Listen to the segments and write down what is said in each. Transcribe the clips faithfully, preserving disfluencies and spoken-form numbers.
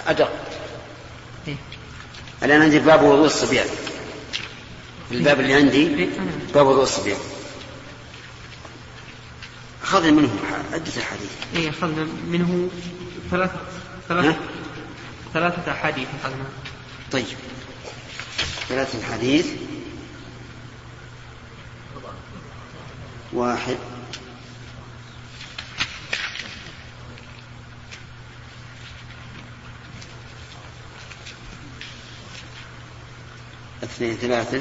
أدق. الآن عندي باب وضوء الصبيان، الباب اللي عندي باب وضوء الصبيان أخذنا منه عدة أحاديث. إيه أخذنا منه ثلاثة ثلاثة ثلاثة أحاديث أخذنا. طيب ثلاثة أحاديث. واحد اثنين ثلاثة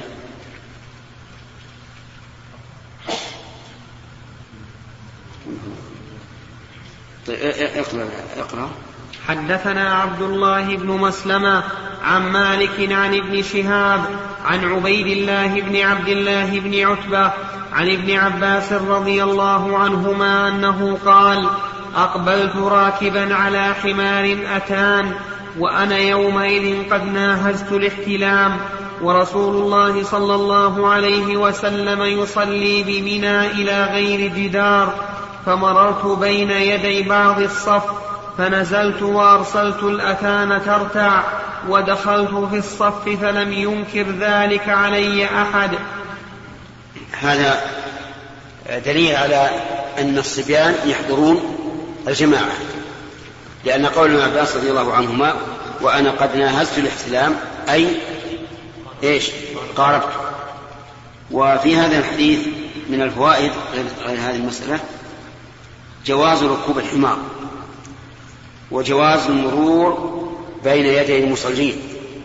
طيب اقرأ اقرأ. حدثنا عبد الله بن مسلمة عن مالك عن ابن شهاب عن عبيد الله بن عبد الله بن عتبة عن ابن عباس رضي الله عنهما أنه قال: أقبلت راكبا على حمار أتان وأنا يومئذ قد ناهزت الاحتلام ورسول الله صلى الله عليه وسلم يصلي بمنى إلى غير جدار، فمررت بين يدي بعض الصف فنزلت وأرسلت الأتان ترتع ودخلت في الصف فلم ينكر ذلك علي أحد. هذا دليل على أن الصبيان يحضرون الجماعة، لأن قول ابن عباس رضي الله عنهما وأنا قد ناهزت الاحتلام أي إيش؟ قاربت. وفي هذا الحديث من الفوائد غير هذه المسألة جواز ركوب الحمار وجواز المرور بين يدي المصلين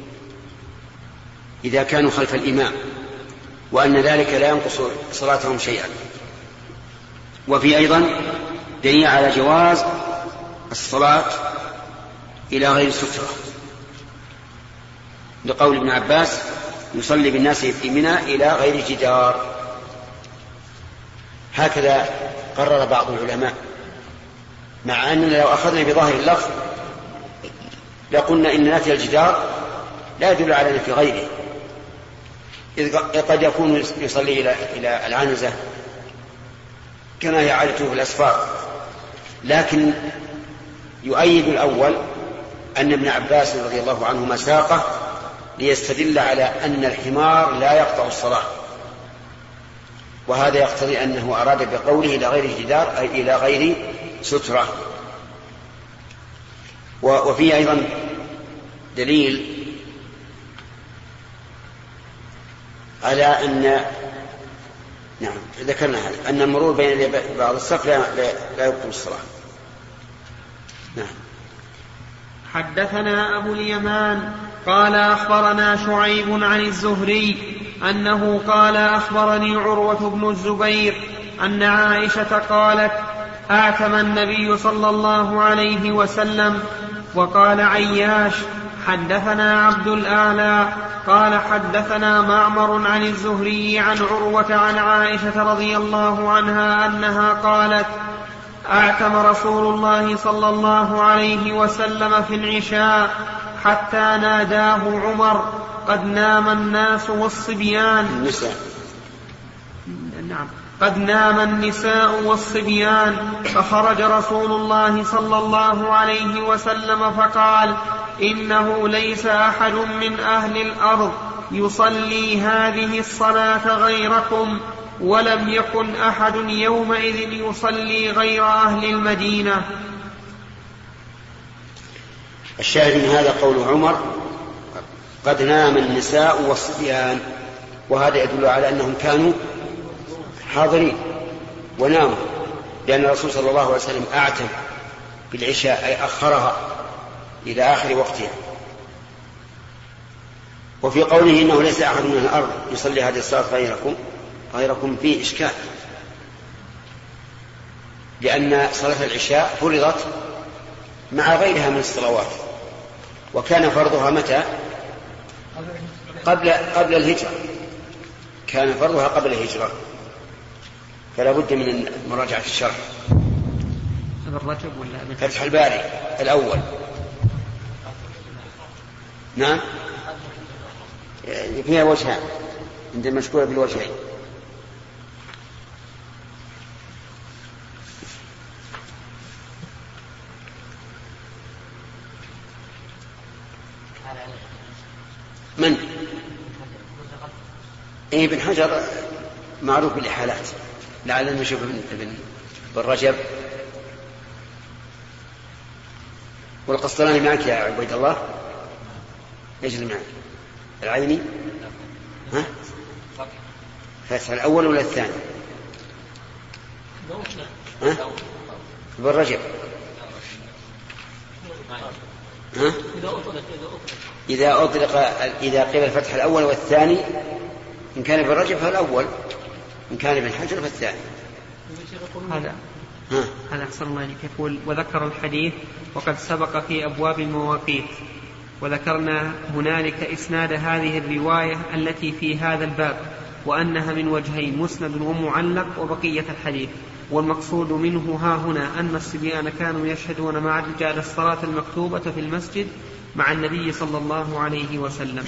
إذا كانوا خلف الإمام، وأن ذلك لا ينقص صلاتهم شيئا. وفي أيضا دليل على جواز الصلاة إلى غير سترة، لقول ابن عباس يصلي بالناس في منى إلى غير جدار. هكذا قرر بعض العلماء، مع أننا لو أخذنا بظاهر اللفظ لقلنا إن نفي الجدار لا يدل على نفي غيره، إذ قد يكون يصلي إلى إلى العنزة كما هي عادته في الأسفار. لكن يؤيد الأول أن ابن عباس رضي الله عنهما ساقه ليستدل على أن الحمار لا يقطع الصلاة، وهذا يقتضي أنه أراد بقوله إلى غير الجدار أي إلى غير سترة. وفيه أيضا دليل على أن نعم ذكرنا هذا أن المرور بين بعض الصف لا, لا يبطل الصلاة. نعم. حدثنا أبو اليمان قال أخبرنا شعيب عن الزهري أنه قال أخبرني عروة بن الزبير أن عائشة قالت: أعتم النبي صلى الله عليه وسلم. وقال عياش: حدثنا عبد الأعلى قال حدثنا معمر عن الزهري عن عروة عن عائشة رضي الله عنها أنها قالت: أعتم رسول الله صلى الله عليه وسلم في العشاء حتى ناداه عمر: قد نام الناس والصبيان. النساء. نعم. قد نام النساء والصبيان. فخرج رسول الله صلى الله عليه وسلم فقال: إنه ليس أحد من أهل الأرض يصلي هذه الصلاة غيركم، ولم يكن أحد يومئذ يصلي غير أهل المدينة. الشاهد من هذا قول عمر: قد نام النساء والصبيان، وهذا يدل على أنهم كانوا حاضرين وناموا، لأن الرسول صلى الله عليه وسلم أعتم بالعشاء أي أخرها إلى آخر وقتها. وفي قوله إنه ليس أحد من الأرض يصلي هذه الصلاة غيركم غيركم فيه إشكال، لأن صلاة العشاء فرضت مع غيرها من الصلوات، وكان فرضها متى؟ قبل قبل الهجرة، كان فرضها قبل الهجرة، فلا بد من مراجعة الشرح. فتح الباري الأول. نعم فيها وجهان عند المشكورة بالوجهين. من؟ إيه ابن حجر معروف بالإحالات، لعلنا نشوف ابن ابن بالرجب. والقسطلاني معك يا عبيد الله؟ ايش اللي معك؟ العيني؟ ها؟ فتح الأول ولا الثاني؟ ها؟ بالرجب. ها؟ إذا أطلق إذا قيل الفتح الأول والثاني، إن كان بالرجب فالأول، إن كان ابن حجر فالثاني. هذا هذا أحسن الله عليك. يقول وذكر الحديث وقد سبق في أبواب المواقيت، وذكرنا هنالك إسناد هذه الرواية التي في هذا الباب، وأنها من وجهين، مسند ومعلق، وبقية الحديث. والمقصود منه ها هنا أن الصبيان كانوا يشهدون مع الرجال الصلاة المكتوبة في المسجد مع النبي صلى الله عليه وسلم.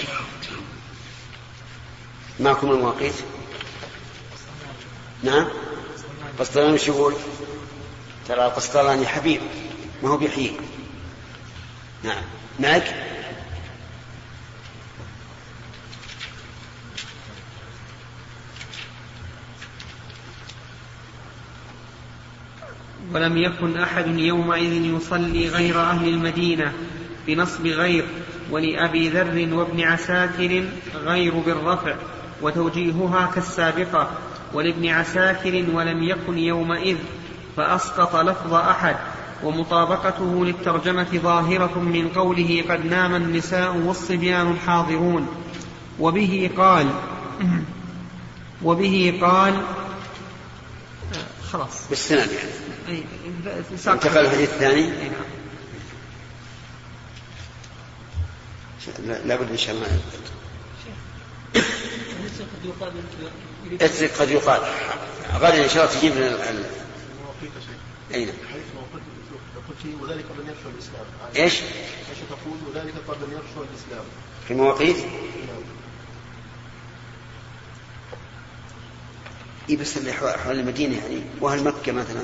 معكم المواقيت؟ نعم. قسطلاني شو يقول؟ ترى قسطلاني حبيب ما هو بيحيي. نعم معك. ولم يكن أحد يومئذ يصلي غير أهل المدينة بنصب غير، ولأبي ذر وابن عساكر غير بالرفع، وتوجيهها كالسابقة. ولابن عساكر ولم يكن يومئذ، فأسقط لفظ أحد، ومطابقته للترجمة ظاهرة من قوله قد نام النساء والصبيان الحاضرون. وبه قال وبه قال خلاص بالسند يعني انتقل الحديث الثاني. لا بد من شمال اترك قد يقال غدا ان شاء الله تجيب لنا ال... اين وذلك قبل ان يرشد الاسلام. ايش ايش تقول؟ وذلك قبل ان يرشد الاسلام في مواقيت. اي بس اللي حول المدينه يعني، واهل مكه مثلا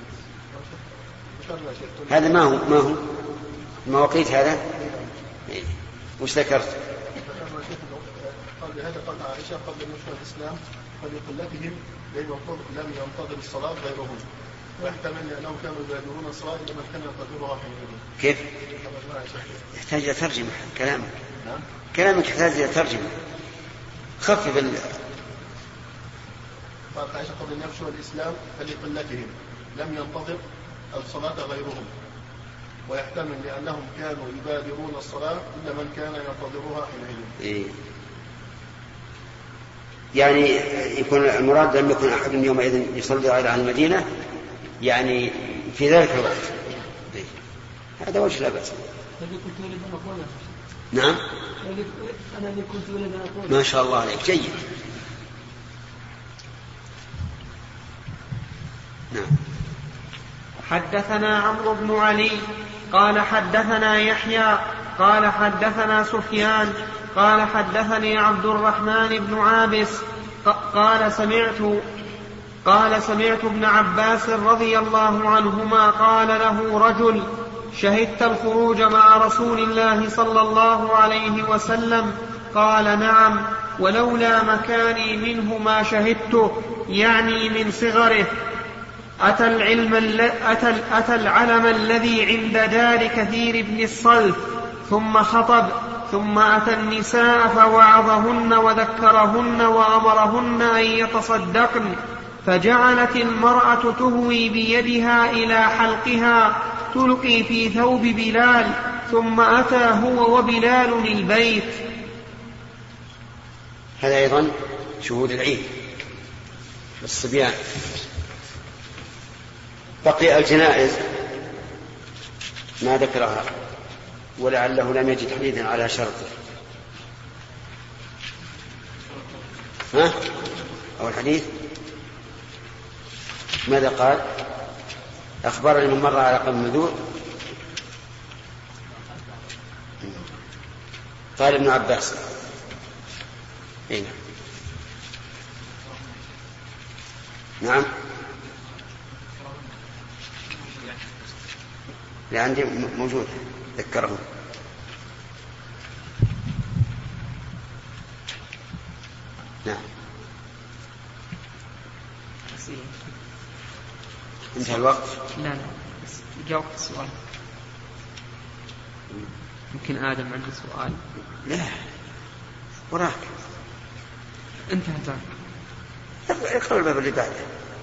هذا ما هو ما هو المواقيت هذا. إيه. وش ذكرت؟ هذا قال عائشة قبل أن يشرع الإسلام فلقلتهم لم ينتظر الصلاة غيرهم، ويحتمل لأنهم كانوا يبادرون الصلاة إلى من كان يقدرها حينئذ. كيف؟ يحتاج إلى ترجمة كلامك. نعم؟ كلامك يحتاج إلى ترجمة. خفف ال... قالت عائشة قبل أن يشرع الإسلام فلقلتهم لم ينتظر الصلاة غيرهم، ويحتمل لأنهم كانوا يبادرون الصلاة إلا من كان ينتظرها حينئذ. إيه. يعني يكون المراد لم يكن أحد يومئذ يصلي غير أهل المدينة، يعني في ذلك الوقت. إيه. هذا وجه لا بأس. نعم. ما شاء الله عليك جيد. نعم. حدثنا عمرو بن علي قال حدثنا يحيى قال حدثنا سفيان قال حدثني عبد الرحمن بن عابس قال سمعت قال سمعت ابن عباس رضي الله عنهما قال له رجل شهدت الخروج مع رسول الله صلى الله عليه وسلم؟ قال نعم، ولولا مكاني منه ما شهدته، يعني من صغره. أتى, العلم أتى, أتى العلم الذي عند دار كثير بن الصلف ثم خطب، ثم أتى النساء فوعظهن وذكرهن وأمرهن أن يتصدقن، فجعلت المرأة تهوي بيدها إلى حلقها تلقي في ثوب بلال، ثم أتى هو وبلال البيت. هذا أيضا شهود العيد الصبيان. بقي الجنائز ما ذكرها، ولعله لم يجد حديثا على شرطه. ها؟ أو الحديث ماذا قال؟ أخبرني من مر على قبل النذور قال ابن عباس. هنا. نعم. اللي عندي موجود ذكره. نعم. انتهى الوقت؟ لا لا جاوب السؤال. يمكن آدم عنده سؤال. لا وراك انتهى ذاك. اقرأ الباب اللي بعده.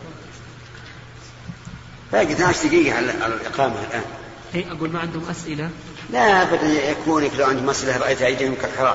باقي اثنتا عشرة دقيقة على الإقامة الآن. هي أقول ما عندهم أسئلة. لا أبدا يكون لو عندهم أسئلة رأيت أيديهم كالحرام.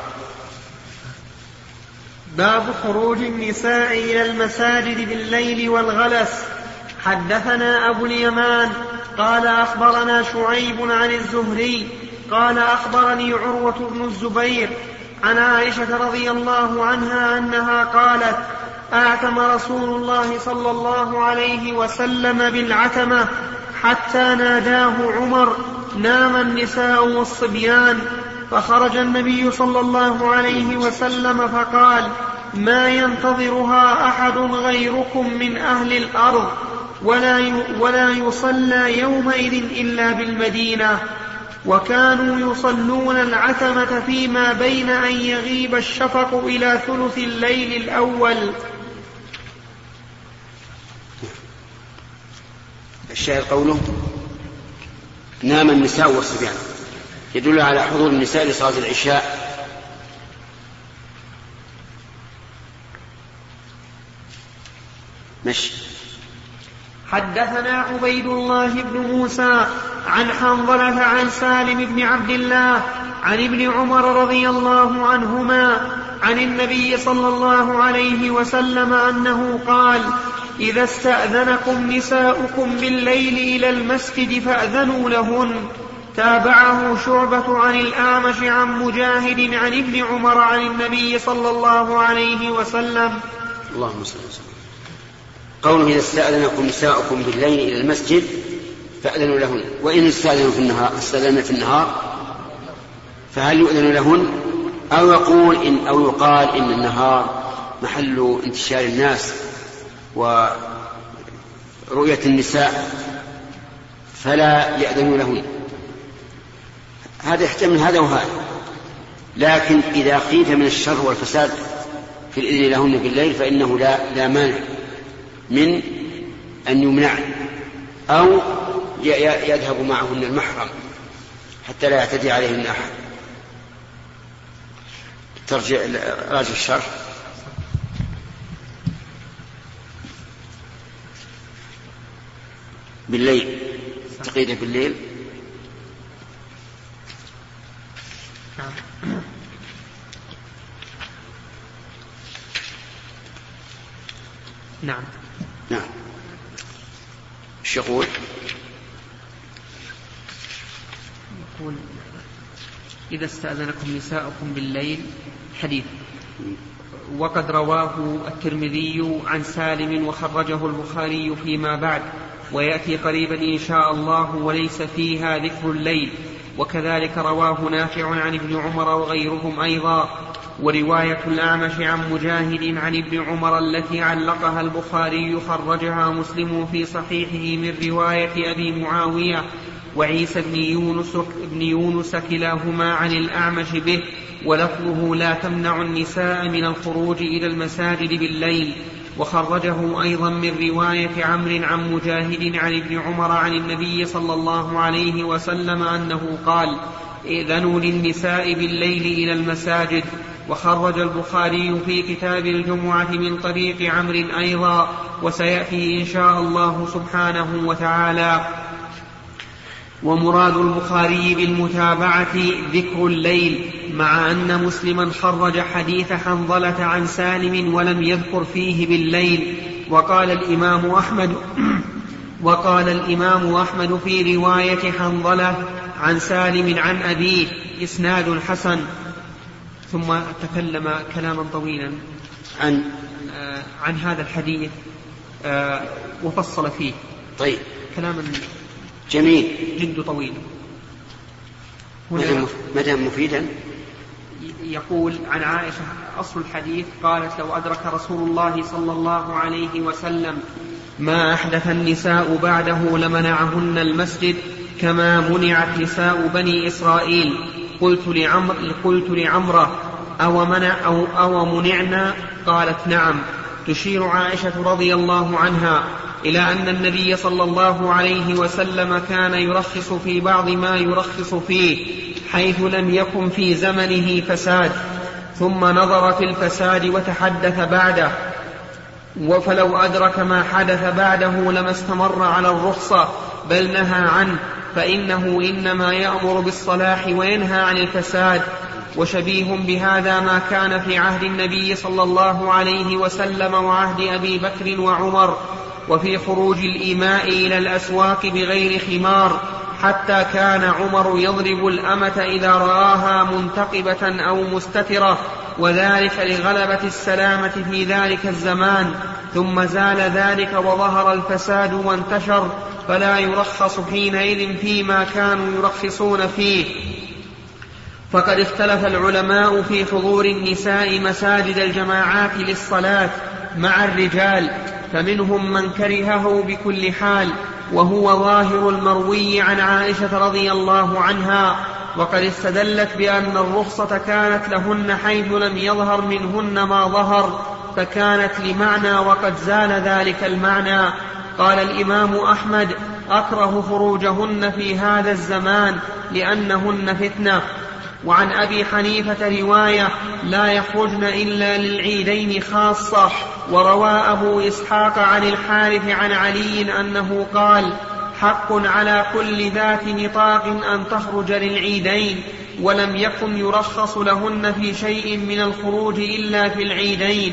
باب خروج النساء إلى المساجد بالليل والغلس. حدثنا أبو اليمان قال أخبرنا شعيب عن الزهري قال أخبرني عروة بن الزبير عن عائشة رضي الله عنها أنها قالت أعتم رسول الله صلى الله عليه وسلم بالعتمة حتى ناداه عمر نام النساء والصبيان، فخرج النبي صلى الله عليه وسلم فقال ما ينتظرها أحد غيركم من أهل الأرض ولا ولا يصلى يومئذ إلا بالمدينة. وكانوا يصلون العتمة فيما بين أن يغيب الشفق إلى ثلث الليل الأول. الشاهد قوله نام النساء والصبيان يدل على حضور النساء لصلاة العشاء. مشي. حدثنا عبيد الله بن موسى عن حنظلة عن سالم بن عبد الله عن ابن عمر رضي الله عنهما عن النبي صلى الله عليه وسلم أنه قال إذا استأذنكم نساؤكم بالليل إلى المسجد فأذنوا لهن. تابعه شعبة عن الأعمش عن مجاهد عن ابن عمر عن النبي صلى الله عليه وسلم. اللهم صل وسلم. قوله إذا استأذنكم نساؤكم بالليل إلى المسجد فأذنوا لهن، وإن استأذنوا في النهار استأذنوا في النهار فهل يؤذن لهن؟ أو يقول إن أو يقال إن النهار محل انتشار الناس ورؤية النساء فلا يأذنوا لهن. هذا يحتمل هذا وهذا، لكن إذا خيف من الشر والفساد في الإذن لهن بالليل فإنه لا, لا مانع من أن يمنع أو يذهب معهن المحرم حتى لا يعتدي عليهن أحد. ترجع راجع الشرح. بالليل تقيده بالليل. نعم نعم. ايش يقول؟ يقول إذا استأذنكم نساؤكم بالليل حديث، وقد رواه الترمذي عن سالم وخرجه البخاري فيما بعد، ويأتي قريبا إن شاء الله وليس فيها ذكر الليل. وكذلك رواه نافع عن ابن عمر وغيرهم أيضا. ورواية الأعمش عن مجاهد عن ابن عمر التي علقها البخاري خرجها مسلم في صحيحه من رواية أبي معاوية وعيسى بن يونس, بن يونس كلاهما عن الأعمش به، ولفظه لا تمنع النساء من الخروج إلى المساجد بالليل. وخرجه أيضا من رواية عمرو عن مجاهد عن ابن عمر عن النبي صلى الله عليه وسلم أنه قال ائذنوا للنساء بالليل إلى المساجد. وخرج البخاري في كتاب الجمعة من طريق عمرو أيضا، وسيأتي إن شاء الله سبحانه وتعالى. ومراد البخاري بالمتابعة ذكر الليل، مع أن مسلما خرج حديث حنظلة عن سالم ولم يذكر فيه بالليل. وقال الإمام أحمد وقال الإمام أحمد في رواية حنظلة عن سالم عن أبيه إسناد حسن. ثم تكلم كلاما طويلا عن آه عن هذا الحديث آه وفصل فيه. طيب كلاما جميل جد طويل. مدى مفيدا. يقول عن عائشة أصل الحديث قالت لو أدرك رسول الله صلى الله عليه وسلم ما أحدث النساء بعده لمنعهن المسجد كما منعت نساء بني إسرائيل. قلت لعمر قلت لعمرة أو, منع أو, أو منعنا؟ قالت نعم. تشير عائشة رضي الله عنها إلى أن النبي صلى الله عليه وسلم كان يرخص في بعض ما يرخص فيه حيث لم يكن في زمنه فساد، ثم نظر في الفساد وتحدث بعده، فلو أدرك ما حدث بعده لما استمر على الرخصة بل نهى عنه، فإنه إنما يأمر بالصلاح وينهى عن الفساد. وشبيه بهذا ما كان في عهد النبي صلى الله عليه وسلم وعهد أبي بكر وعمر، وفي خروج الإماء إلى الأسواق بغير خمار، حتى كان عمر يضرب الأمة إذا رآها منتقبة أو مستترة، وذلك لغلبة السلامة في ذلك الزمان، ثم زال ذلك وظهر الفساد وانتشر، فلا يرخص حينئذ فيما كانوا يرخصون فيه. فقد اختلف العلماء في حضور النساء مساجد الجماعات للصلاة مع الرجال، فمنهم من كرهه بكل حال، وهو ظاهر المروي عن عائشة رضي الله عنها، وقد استدلت بأن الرخصة كانت لهن حيث لم يظهر منهن ما ظهر، فكانت لمعنى وقد زال ذلك المعنى. قال الإمام أحمد: أكره خروجهن في هذا الزمان لأنهن فتنة. وعن أبي حنيفة رواية: لا يخرجن إلا للعيدين خاصة. وروى أبو إسحاق عن الحارث عن علي أنه قال: حق على كل ذات نطاق أن تخرج للعيدين، ولم يكن يرخص لهن في شيء من الخروج إلا في العيدين.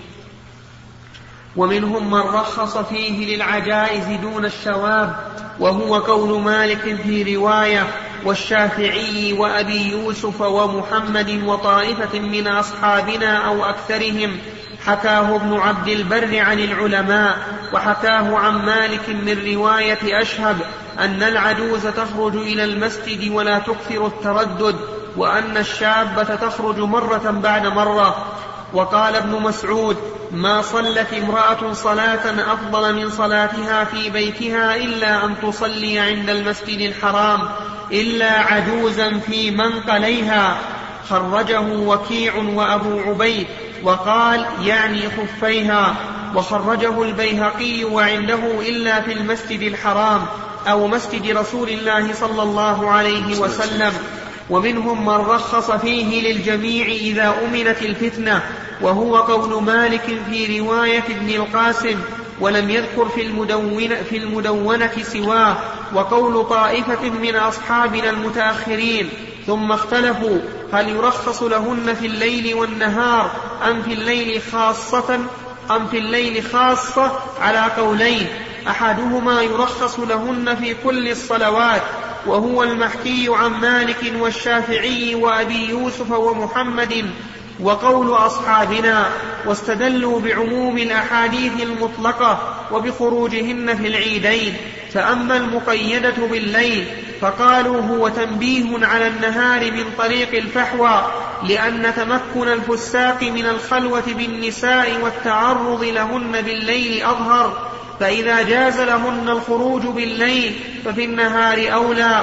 ومنهم من رخص فيه للعجائز دون الشواب، وهو قول مالك في رواية، والشافعي وأبي يوسف ومحمد وطائفة من أصحابنا أو أكثرهم. حكاه ابن عبد البر عن العلماء، وحكاه عن مالك من رواية أشهب أن العجوز تخرج إلى المسجد ولا تكثر التردد، وأن الشابة تخرج مرة بعد مرة. وقال ابن مسعود: ما صلت امرأة صلاة أفضل من صلاتها في بيتها إلا أن تصلي عند المسجد الحرام إلا عجوزا في منقليها. خرجه وكيع وأبو عبيد، وقال يعني خفيها. وخرجه البيهقي وعنده إلا في المسجد الحرام أو مسجد رسول الله صلى الله عليه وسلم. ومنهم من رخص فيه للجميع إذا أمنت الفتنة، وهو قول مالك في رواية ابن القاسم، ولم يذكر في المدونة, في المدونة سواه، وقول طائفة من أصحابنا المتأخرين. ثم اختلفوا هل يرخص لهن في الليل والنهار أم في الليل خاصة أم في الليل خاصة على قولين، أحدهما يرخص لهن في كل الصلوات، وهو المحكي عن مالك والشافعي وأبي يوسف ومحمد، وقول أصحابنا. واستدلوا بعموم الأحاديث المطلقة وبخروجهن في العيدين. فأما المقيدة بالليل فقالوا هو تنبيه على النهار من طريق الفحوى، لأن تمكن الفساق من الخلوة بالنساء والتعرض لهن بالليل أظهر، فإذا جاز لهن الخروج بالليل ففي النهار أولى.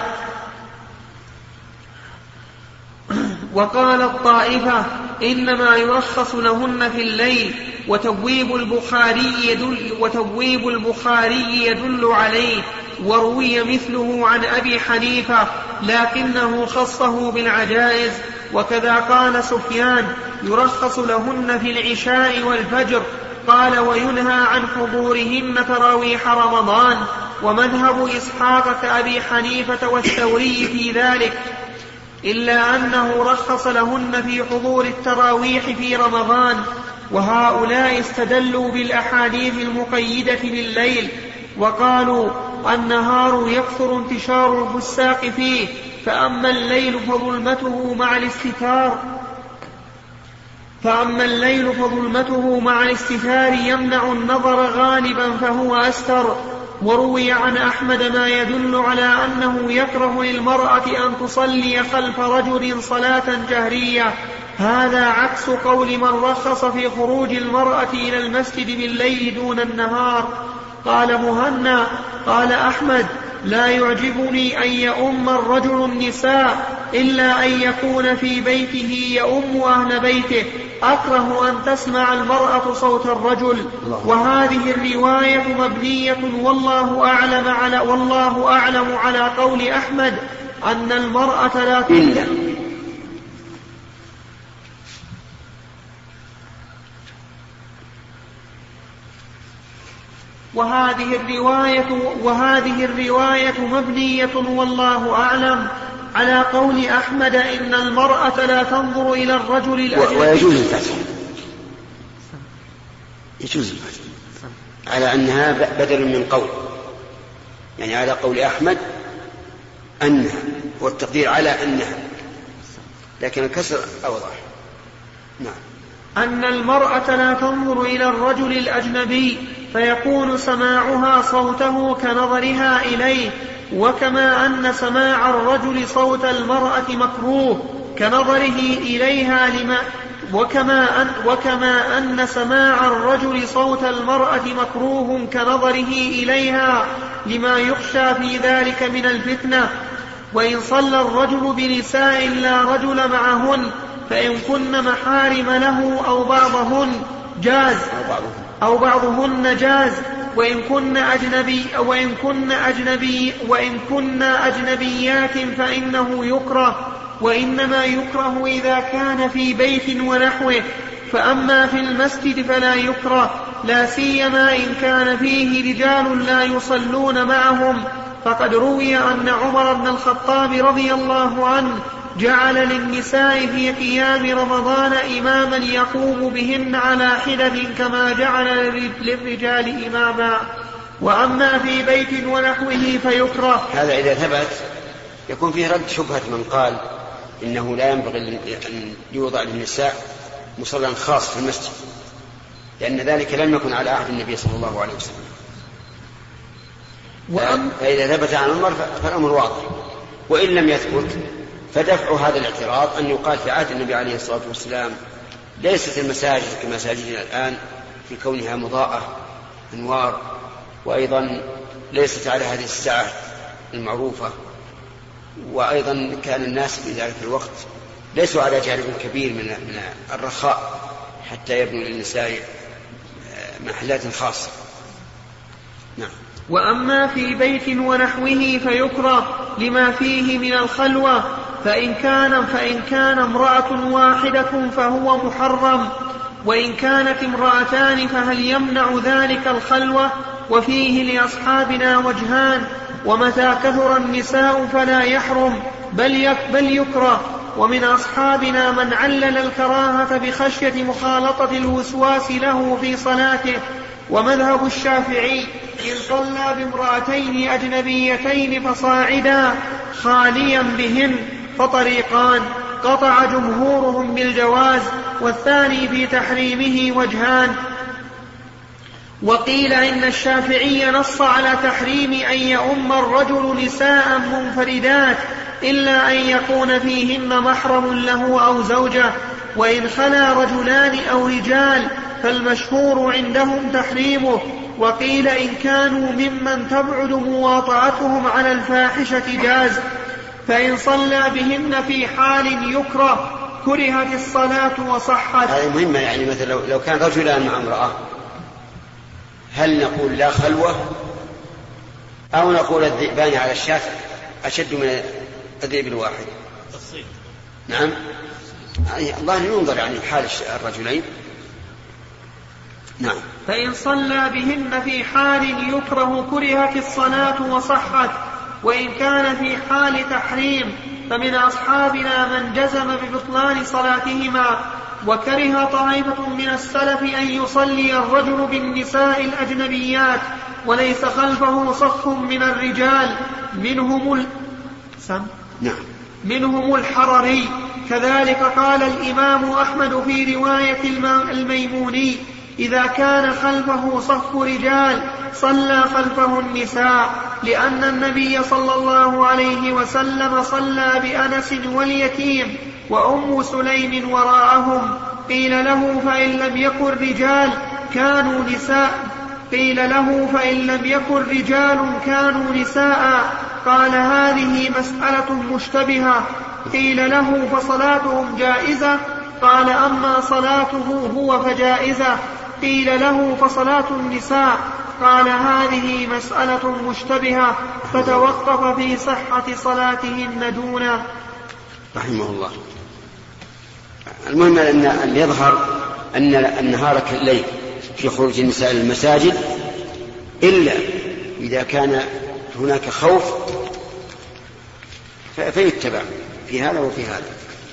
وقال الطائفة إنما يرخص لهن في الليل، وتبويب البخاري يدل, وتبويب البخاري يدل عليه. وروي مثله عن أبي حنيفة لكنه خصه بالعجائز. وكذا قال سفيان يرخص لهن في العشاء والفجر. قال وينهى عن حضورهن تراويح رمضان. ومذهب إسحاق كأبي حنيفة والثوري في ذلك، إلا أنه رخص لهن في حضور التراويح في رمضان. وهؤلاء استدلوا بالأحاديث المقيدة بالليل، وقالوا النهار يكثر انتشار الفساق فيه، فأما الليل فظلمته مع الاستتار فأما الليل فظلمته مع الاستتار يمنع النظر غالبا فهو أستر. وروي عن أحمد ما يدل على أنه يكره للمرأة أن تصلي خلف رجل صلاة جهرية. هذا عكس قول من رخص في خروج المرأة إلى المسجد بالليل دون النهار. قال مهنا قال أحمد لا يعجبني أن يؤم الرجل النساء، إلا أن يكون في بيته يؤم أهل بيته. أكره أن تسمع المرأة صوت الرجل. وهذه الرواية مبنية والله أعلم على والله أعلم على قول أحمد أن المرأة لا تنكح. وهذه الرواية وهذه الرواية مبنية والله أعلم على قول أحمد إن المرأة لا تنظر إلى الرجل الأجنبي. ويجوز الفتح، يجوز الفتح على أنها بدل من قول، يعني على قول أحمد أنها، والتقدير على أنها، لكن الكسر أوضح. نعم. أن المرأة لا تنظر إلى الرجل الأجنبي فيكون سماعها صوته كنظرها إليه، وكما أن سماع الرجل صوت المرأة مكروه كنظره إليها لما وكما أن, وكما أن سماع الرجل صوت المرأة مكروه كنظره إليها لما يخشى في ذلك من الفتنة. وإن صلى الرجل بنساء لا رجل معهن فإن كن محارم له أو بعضهن جاز أو بعضهن جاز وإن كن أجنبي وإن كن أجنبي وإن كن أجنبيات فإنه يكره، وإنما يكره إذا كان في بيت ونحوه، فأما في المسجد فلا يكره، لا سيما إن كان فيه رجال لا يصلون معهم. فقد روي أن عمر بن الخطاب رضي الله عنه جعل للنساء في قيام رمضان إماما يقوم بهن على حدث كما جعل للرجال إماما. وأما في بيت ونحوه فيكره. هذا إذا ثبت يكون فيه رد شبهة من قال إنه لا ينبغي أن يوضع للنساء مصلى خاص في المسجد، لأن ذلك لم يكن على عهد النبي صلى الله عليه وسلم. وأم فإذا ثبت عن عمر فالأمر واضح، وإن لم يثبت فدفع هذا الاعتراض أن يقال في عهد النبي عليه الصلاة والسلام ليست المساجد كمساجدنا الآن في كونها مضاءة أنوار، وأيضا ليست على هذه الساعة المعروفة، وأيضا كان الناس في ذلك الوقت ليسوا على جانب كبير من الرخاء حتى يبنوا للنساء محلات خاصة. نعم. وأما في بيت ونحوه فيكره لما فيه من الخلوة، فإن كان, فإن كان امرأة واحدة فهو محرم، وإن كانت امرأتان فهل يمنع ذلك الخلوة؟ وفيه لأصحابنا وجهان، ومتى كثر النساء فلا يحرم بل, بل يكره. ومن أصحابنا من علل الكراهة بخشية مخالطة الوسواس له في صلاته. ومذهب الشافعي إن صلى بامرأتين أجنبيتين فصاعدا خاليا بهن فطريقان، قطع جمهورهم بالجواز، والثاني في تحريمه وجهان. وقيل إن الشافعي نص على تحريم أن يؤم الرجل نساء منفردات إلا أن يكون فيهن محرم له أو زوجة، وإن خلا رجلان أو رجال فالمشهور عندهم تحريمه. وقيل إن كانوا ممن تبعد مواطعتهم على الفاحشة جاز. فإن صلى بهن في حال يكره كرهت الصلاة وصحت. هذه مهمة، يعني مثلا لو, لو كان رجلان مع امرأة هل نقول لا خلوة أو نقول الذئبان على الشاة أشد من الذئب الواحد؟ نعم، الله ينظر يعني حال الرجلين. نعم. فإن صلى بهن في حال يكره كرهت الصلاة وصحت. وإن كان في حال تحريم فمن أصحابنا من جزم ببطلان صلاتهما. وكره طائفة من السلف أن يصلي الرجل بالنساء الأجنبيات وليس خلفه صف من الرجال منهم ال... سم؟ نعم. منهم الحرري. كذلك قال الإمام أحمد في رواية الميموني إذا كان خلفه صف رجال صلى خلفه النساء، لأن النبي صلى الله عليه وسلم صلى بأنس واليتيم وأم سليم وراءهم. قيل له فإن لم يكن رجال كانوا نساء قيل له فإن لم يكن رجال كانوا نساء. قال هذه مسألة مشتبهة. قيل له فصلاتهم جائزة؟ قال أما صلاته هو فجائزة. قيل له فصلاة النساء؟ قال هذه مسألة مشتبهة فتوقف في صحة صلاتهن دونه. رحمه الله. المهم أن يظهر أن النهار كالليل في خروج النساء للمساجد، إلا إذا كان هناك خوف فيتبع في هذا وفي هذا.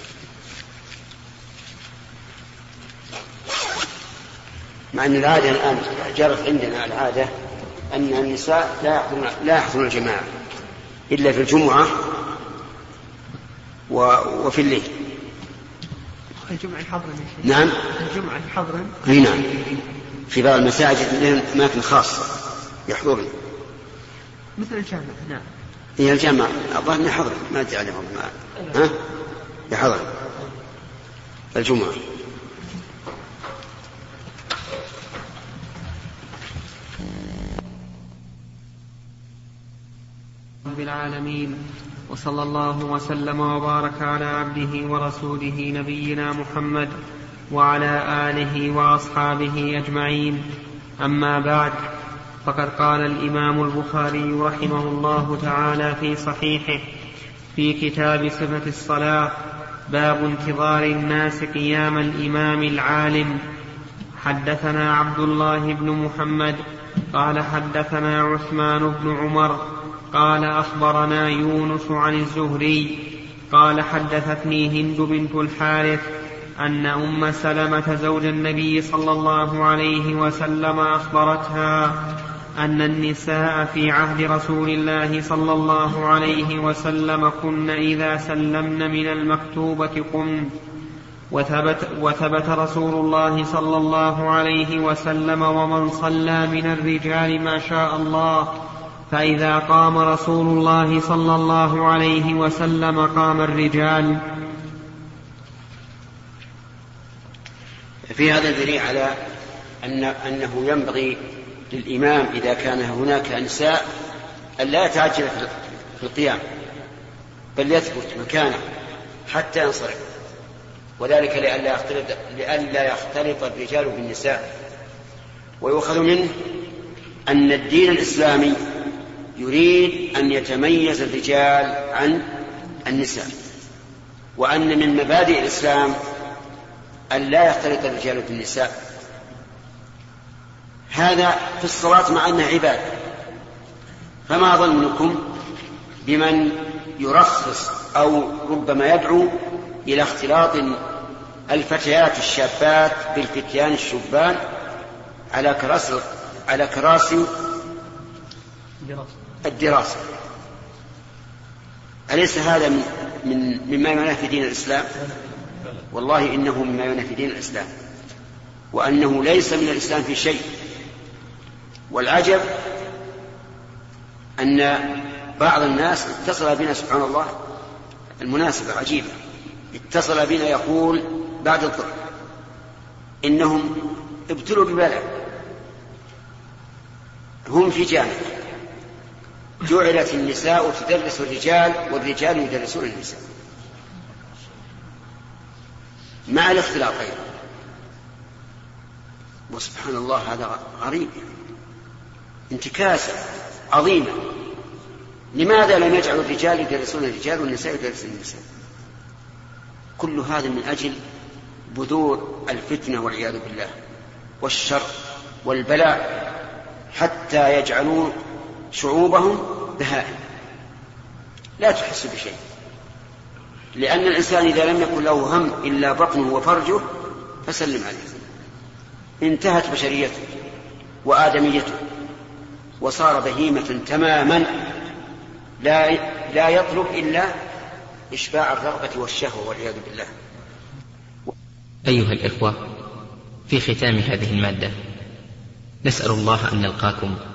مع أن العادة الآن جرت عندنا العادة أن النساء لا يحضرن لا يحضرن الجماعة إلا في الجمعة وفي الليل. الجمعة حضرا. نعم. الجمعة حضرا. نعم. في بعض المساجد لهم أماكن خاصة يحضرن. مثل الجامعة. نعم. هي الجامعة أظن حضرا ما أدري عليهم ما ها يحضر الجمعة. رب العالمين، وصلى الله وسلم وبارك على عبده ورسوله نبينا محمد وعلى آله وأصحابه أجمعين. أما بعد، فقد قال الإمام البخاري رحمه الله تعالى في صحيحه في كتاب صفة الصلاة: باب انتظار الناس قيام الإمام العالم. حدثنا عبد الله بن محمد قال حدثنا عثمان بن عمر قال أخبرنا يونس عن الزهري قال حدثتني هند بنت الحارث أن أم سلمة زوج النبي صلى الله عليه وسلم أخبرتها أن النساء في عهد رسول الله صلى الله عليه وسلم كن إذا سلمن من المكتوبة قمن. وثبت, وثبت رسول الله صلى الله عليه وسلم ومن صلى من الرجال ما شاء الله، فإذا قام رسول الله صلى الله عليه وسلم قام الرجال. في هذا دليل على أن أنه ينبغي للإمام إذا كان هناك نساء أن لا يتعجل في القيام، بل يثبت مكانه حتى ينصرف، وذلك لئلا يختلط, لئلا يختلط الرجال بالنساء. ويؤخذ منه أن الدين الإسلامي يريد أن يتميز الرجال عن النساء، وأن من مبادئ الإسلام أن لا يختلط الرجال بالنساء. هذا في الصلاة مع أنها عبادة. فما ظنكم بمن يرخص أو ربما يدعو إلى اختلاط الفتيات الشابات بالفتيان الشبان على كراسي على كراسي الدراسة؟ أليس هذا من من مما ينافي دين الإسلام؟ والله إنه مما ينافي دين الإسلام، وأنه ليس من الإسلام في شيء. والعجب أن بعض الناس اتصل بنا سبحان الله، المناسبة عجيبة، اتصل بنا يقول بعد الظهر إنهم ابتلوا ببلاء، هم في جامعة جعلت النساء تدرس الرجال والرجال يدرسون النساء مع الاختلاطين. وسبحان الله هذا غريب، انتكاسة عظيمة. لماذا لم يجعل الرجال يدرسون الرجال والنساء يدرسون النساء؟ كل هذا من أجل بذور الفتنة والعياذ بالله والشر والبلاء، حتى يجعلوا شعوبهم بهائم لا تحس بشيء. لأن الإنسان إذا لم يكن له هم إلا بطنه وفرجه فسلم عليه، انتهت بشريته وآدميته وصار بهيمة تماما، لا لا يطلب إلا إشباع الرغبة والشهوة والعياذ بالله. أيها الإخوة، في ختام هذه المادة نسأل الله أن نلقاكم